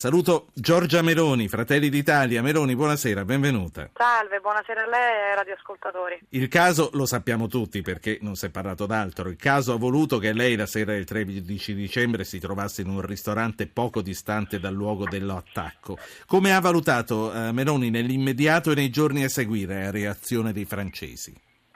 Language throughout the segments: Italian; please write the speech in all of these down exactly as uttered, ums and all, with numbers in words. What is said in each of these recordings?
Saluto Giorgia Meloni, Fratelli d'Italia. Meloni, buonasera, benvenuta. Salve, buonasera a lei e ai radioascoltatori. Il caso lo sappiamo tutti perché non si è parlato d'altro. Il caso ha voluto che lei la sera del tredici dicembre si trovasse in un ristorante poco distante dal luogo dell'attacco. Come ha valutato eh, Meloni nell'immediato e nei giorni a seguire la reazione dei francesi?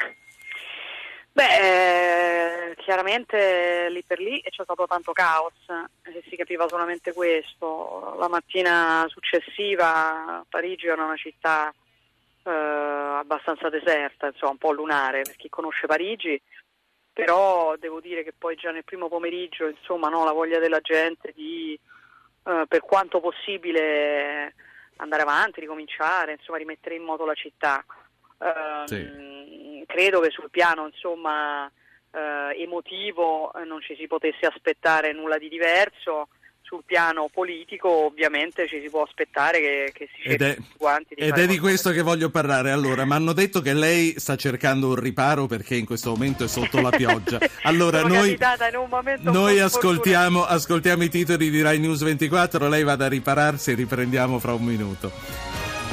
Beh, eh, chiaramente lì per lì c'è stato tanto caos, eh, si capiva solamente questo. La mattina successiva Parigi era una città eh, abbastanza deserta, insomma un po' lunare per chi conosce Parigi, però devo dire che poi già nel primo pomeriggio, insomma, no, la voglia della gente di, eh, per quanto possibile, andare avanti, ricominciare, insomma, rimettere in moto la città. Uh, sì. Credo che sul piano insomma uh, emotivo uh, non ci si potesse aspettare nulla di diverso. Sul piano politico ovviamente ci si può aspettare che, che si cerchi tutti quanti di ed è di questo che voglio parlare. Allora, mi hanno detto che lei sta cercando un riparo perché in questo momento è sotto la pioggia. Allora noi, in un momento noi un ascoltiamo, ascoltiamo i titoli di Rai News ventiquattro, lei vada a ripararsi e riprendiamo fra un minuto.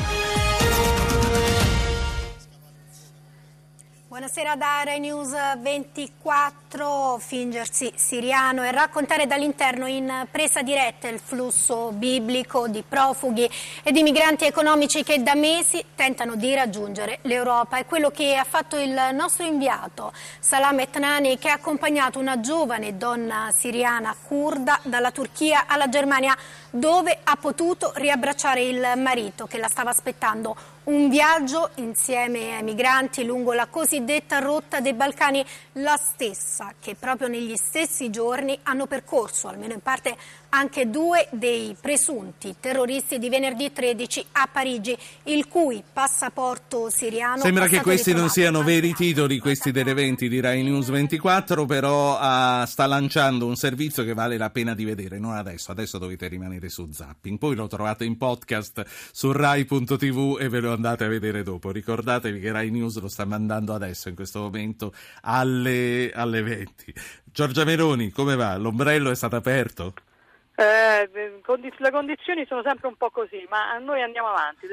Buonasera da Rai News ventiquattro. Fingersi siriano e raccontare dall'interno in presa diretta il flusso biblico di profughi e di migranti economici che da mesi tentano di raggiungere l'Europa. È quello che ha fatto il nostro inviato Salam Etnani, che ha accompagnato una giovane donna siriana curda dalla Turchia alla Germania, dove ha potuto riabbracciare il marito che la stava aspettando. Un viaggio insieme ai migranti lungo la cosiddetta rotta dei Balcani, la stessa che proprio negli stessi giorni hanno percorso, almeno in parte, anche due dei presunti terroristi di venerdì tredici a Parigi, il cui passaporto siriano... Sembra che questi non siano veri titoli, questi degli eventi di Rai News ventiquattro, però uh, sta lanciando un servizio che vale la pena di vedere, non adesso, adesso dovete rimanere su Zapping, poi lo trovate in podcast su rai punto tivù e ve lo andate a vedere dopo. Ricordatevi che Rai News lo sta mandando adesso, in questo momento, alle, alle venti. Giorgia Meloni, come va? L'ombrello è stato aperto? Eh, le condizioni sono sempre un po' così, ma noi andiamo avanti.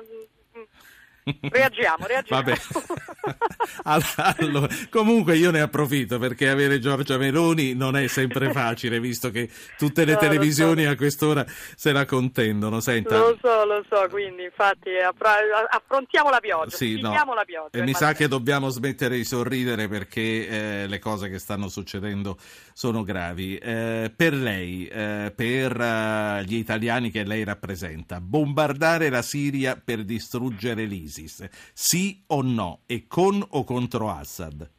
Reagiamo, reagiamo. Vabbè. Allora, comunque io ne approfitto perché avere Giorgia Meloni non è sempre facile, visto che tutte le no, televisioni so. a quest'ora se la contendono. Senta. Lo so, lo so, quindi infatti affrontiamo la pioggia, sì, no. la pioggia. E mi sa che dobbiamo smettere di sorridere perché eh, le cose che stanno succedendo sono gravi. Eh, per lei, eh, per uh, gli italiani che lei rappresenta, bombardare la Siria per distruggere l'ISIS, sì o no? E con o contro Assad?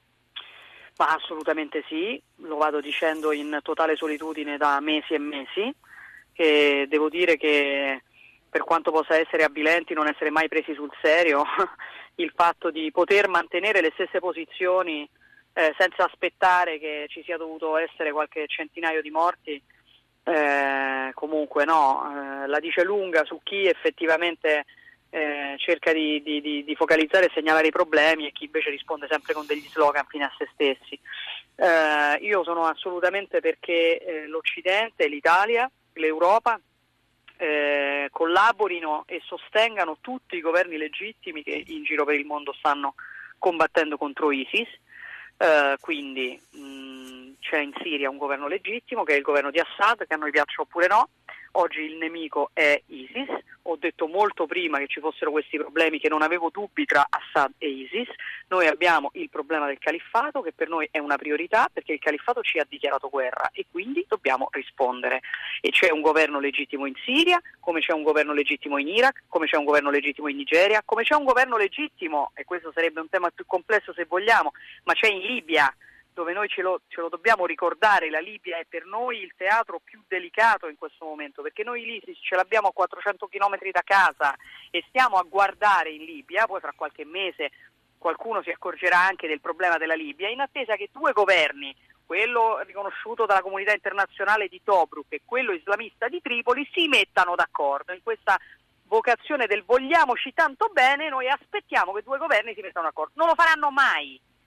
Ma assolutamente sì, lo vado dicendo in totale solitudine da mesi e mesi, e devo dire che per quanto possa essere avvilenti non essere mai presi sul serio, il fatto di poter mantenere le stesse posizioni eh, senza aspettare che ci sia dovuto essere qualche centinaio di morti, eh, comunque no, eh, la dice lunga su chi effettivamente Eh, cerca di, di, di, di focalizzare e segnalare i problemi e chi invece risponde sempre con degli slogan fine a se stessi. Eh, io sono assolutamente perché eh, l'Occidente, l'Italia, l'Europa eh, collaborino e sostengano tutti i governi legittimi che in giro per il mondo stanno combattendo contro ISIS. Eh, quindi mh, c'è in Siria un governo legittimo che è il governo di Assad, che a noi piaccia oppure no. Oggi il nemico è ISIS. Ho detto molto prima che ci fossero questi problemi, che non avevo dubbi tra Assad e ISIS. Noi abbiamo il problema del califfato, che per noi è una priorità perché il califfato ci ha dichiarato guerra e quindi dobbiamo rispondere. E c'è un governo legittimo in Siria, come c'è un governo legittimo in Iraq, come c'è un governo legittimo in Nigeria, come c'è un governo legittimo, e questo sarebbe un tema più complesso se vogliamo, ma c'è in Libia, dove noi ce lo, ce lo dobbiamo ricordare. La Libia è per noi il teatro più delicato in questo momento, perché noi l'ISIS ce l'abbiamo a quattrocento chilometri da casa e stiamo a guardare in Libia, poi fra qualche mese qualcuno si accorgerà anche del problema della Libia, in attesa che due governi, quello riconosciuto dalla comunità internazionale di Tobruk e quello islamista di Tripoli, si mettano d'accordo in questa vocazione del vogliamoci tanto bene. Noi aspettiamo che due governi si mettano d'accordo, non lo faranno mai.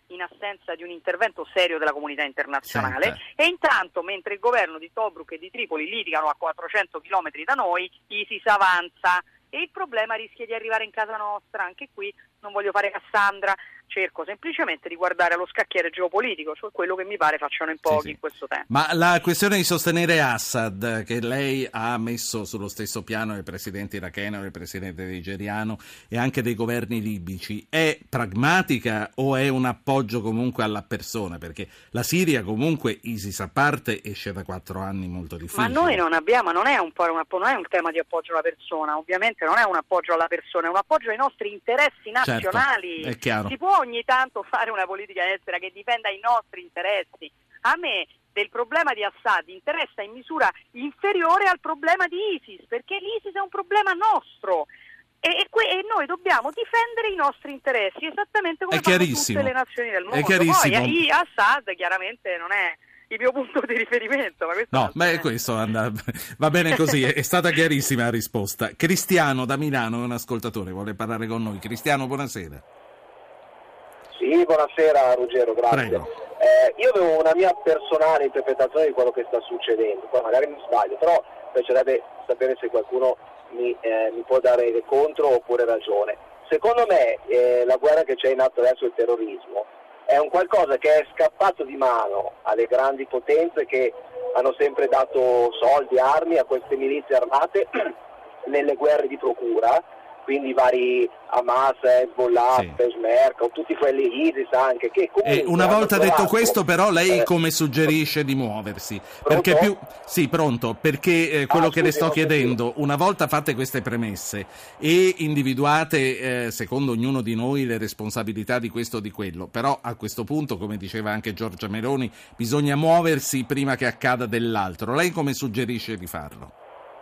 in assenza di un intervento serio della comunità internazionale. Senta. E intanto, mentre il governo di Tobruk e di Tripoli litigano a quattrocento chilometri da noi, ISIS avanza e il problema rischia di arrivare in casa nostra. Anche qui non voglio fare Cassandra, cerco semplicemente di guardare allo scacchiere geopolitico, cioè quello che mi pare facciano in pochi sì, sì. in questo tempo. Ma la questione di sostenere Assad, che lei ha messo sullo stesso piano del presidente iracheno, del presidente nigeriano e anche dei governi libici, è pragmatica o è un appoggio comunque alla persona? Perché la Siria comunque, ISIS a parte, esce da quattro anni molto difficili. Ma noi non abbiamo, non è un po' un, non è un tema di appoggio alla persona, ovviamente non è un appoggio alla persona, è un appoggio ai nostri interessi nazionali. Certo, è chiaro. Si può ogni tanto fare una politica estera che difenda i nostri interessi. A me del problema di Assad interessa in misura inferiore al problema di ISIS, perché l'ISIS è un problema nostro. E, e, que- e noi dobbiamo difendere i nostri interessi, esattamente come fanno tutte le nazioni del mondo. È chiarissimo. Poi Assad chiaramente non è il mio punto di riferimento. Ma no, ma è questo, Anna, va bene così, è stata chiarissima la risposta. Cristiano da Milano è un ascoltatore, vuole parlare con noi. Cristiano, buonasera. Sì, buonasera Ruggero, grazie. Eh, io avevo una mia personale interpretazione di quello che sta succedendo, poi magari mi sbaglio, però piacerebbe sapere se qualcuno mi, eh, mi può dare contro oppure ragione. Secondo me eh, la guerra che c'è in atto adesso, il terrorismo, è un qualcosa che è scappato di mano alle grandi potenze che hanno sempre dato soldi, armi a queste milizie armate nelle guerre di procura, quindi i vari Hamas, Hezbollah, sì. Peshmerga, tutti quelli ISIS anche. Che e una volta detto trovato, questo, però, lei eh, come suggerisce di muoversi? Pronto? Perché più sì, pronto, perché eh, quello ah, che scusi, le sto chiedendo, più. Una volta fatte queste premesse e individuate, eh, secondo ognuno di noi, le responsabilità di questo o di quello, però a questo punto, come diceva anche Giorgia Meloni, bisogna muoversi prima che accada dell'altro. Lei come suggerisce di farlo?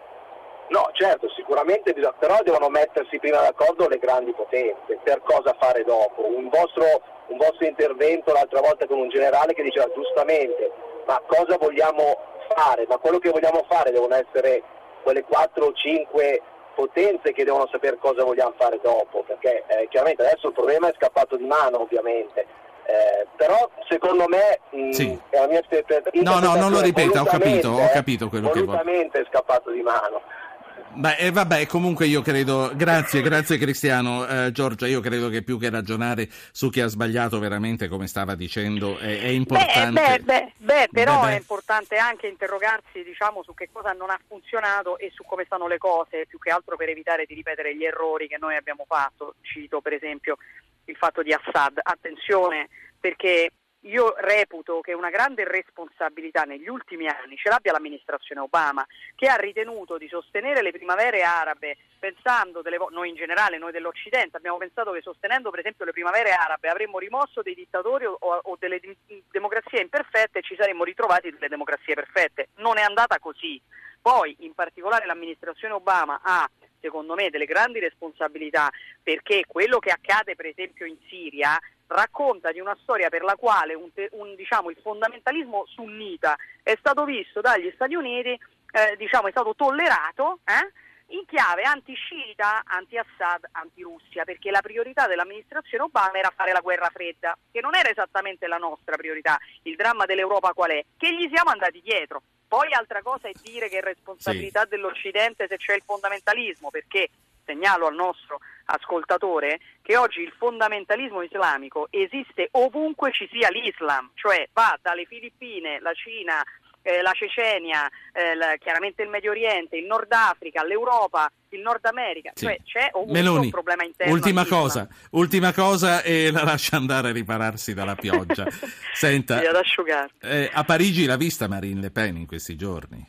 No, certo, sicuramente bisogna, però devono mettersi prima d'accordo le grandi potenze per cosa fare dopo. Un vostro, un vostro intervento l'altra volta con un generale che diceva giustamente, ma cosa vogliamo fare? Ma quello che vogliamo fare devono essere quelle quattro o cinque potenze che devono sapere cosa vogliamo fare dopo, perché eh, chiaramente adesso il problema è scappato di mano, ovviamente. Eh, però secondo me mh, sì. è la mia interpretazione. No, no, non lo ripeta, ho capito, ho capito quello che vuole. Volutamente è scappato di mano. Beh, e vabbè, comunque io credo, grazie, grazie Cristiano. eh, Giorgia, io credo che più che ragionare su chi ha sbagliato veramente, come stava dicendo, è, è importante. Beh, beh, beh però beh, beh. è importante anche interrogarsi, diciamo, su che cosa non ha funzionato e su come stanno le cose, più che altro per evitare di ripetere gli errori che noi abbiamo fatto. Cito per esempio il fatto di Assad. Attenzione, perché io reputo che una grande responsabilità negli ultimi anni ce l'abbia l'amministrazione Obama, che ha ritenuto di sostenere le primavere arabe pensando, delle, noi in generale, noi dell'Occidente, abbiamo pensato che sostenendo per esempio le primavere arabe avremmo rimosso dei dittatori o, o delle di, democrazie imperfette e ci saremmo ritrovati delle democrazie perfette. Non è andata così. Poi, in particolare, l'amministrazione Obama ha, secondo me, delle grandi responsabilità, perché quello che accade per esempio in Siria racconta di una storia per la quale un, un, diciamo, il fondamentalismo sunnita è stato visto dagli Stati Uniti, eh, diciamo, è stato tollerato eh, in chiave anti-sciita, anti-Assad, anti-Russia, perché la priorità dell'amministrazione Obama era fare la guerra fredda, che non era esattamente la nostra priorità. Il dramma dell'Europa qual è? Che gli siamo andati dietro. Poi altra cosa è dire che è responsabilità sì. dell'Occidente se c'è il fondamentalismo, perché segnalo al nostro ascoltatore che oggi il fondamentalismo islamico esiste ovunque ci sia l'Islam, cioè va dalle Filippine, la Cina, eh, la Cecenia, eh, la, chiaramente il Medio Oriente, il Nord Africa, l'Europa, il Nord America, sì. Cioè c'è ovunque Meloni, un problema interno. Ultima cosa, ultima cosa e la lascia andare a ripararsi dalla pioggia. Senta, ad asciugare. Eh, a Parigi l'ha vista Marine Le Pen in questi giorni?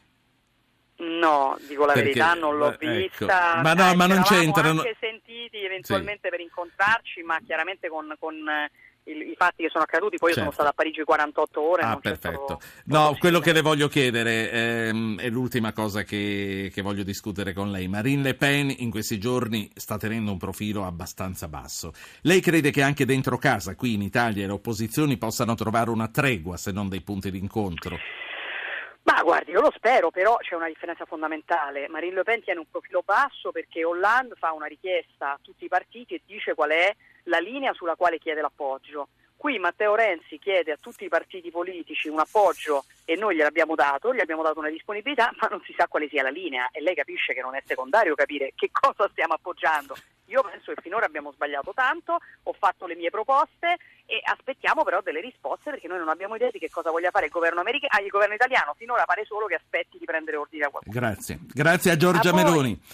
No, dico la Perché, verità, non l'ho vista. Ecco. Ma no, eh, ma non c'entra. Ci anche sentiti eventualmente sì. per incontrarci, ma chiaramente con, con il, i fatti che sono accaduti. Poi certo. io sono stata a Parigi quarantotto ore. Ah, non perfetto. Stato, no, quello che le voglio chiedere ehm, è l'ultima cosa che, che voglio discutere con lei. Marine Le Pen in questi giorni sta tenendo un profilo abbastanza basso. Lei crede che anche dentro casa, qui in Italia, le opposizioni possano trovare una tregua, se non dei punti d'incontro? Ma guardi, io lo spero, però c'è una differenza fondamentale. Marine Le Pen tiene un profilo basso perché Hollande fa una richiesta a tutti i partiti e dice qual è la linea sulla quale chiede l'appoggio. Qui Matteo Renzi chiede a tutti i partiti politici un appoggio e noi gliel'abbiamo dato, gli abbiamo dato una disponibilità, ma non si sa quale sia la linea e lei capisce che non è secondario capire che cosa stiamo appoggiando. Io penso che finora abbiamo sbagliato tanto, ho fatto le mie proposte e aspettiamo però delle risposte, perché noi non abbiamo idea di che cosa voglia fare il governo americano, ah, il governo italiano. Finora pare solo che aspetti di prendere ordine da qualcuno. Grazie, grazie a Giorgia A voi. Meloni.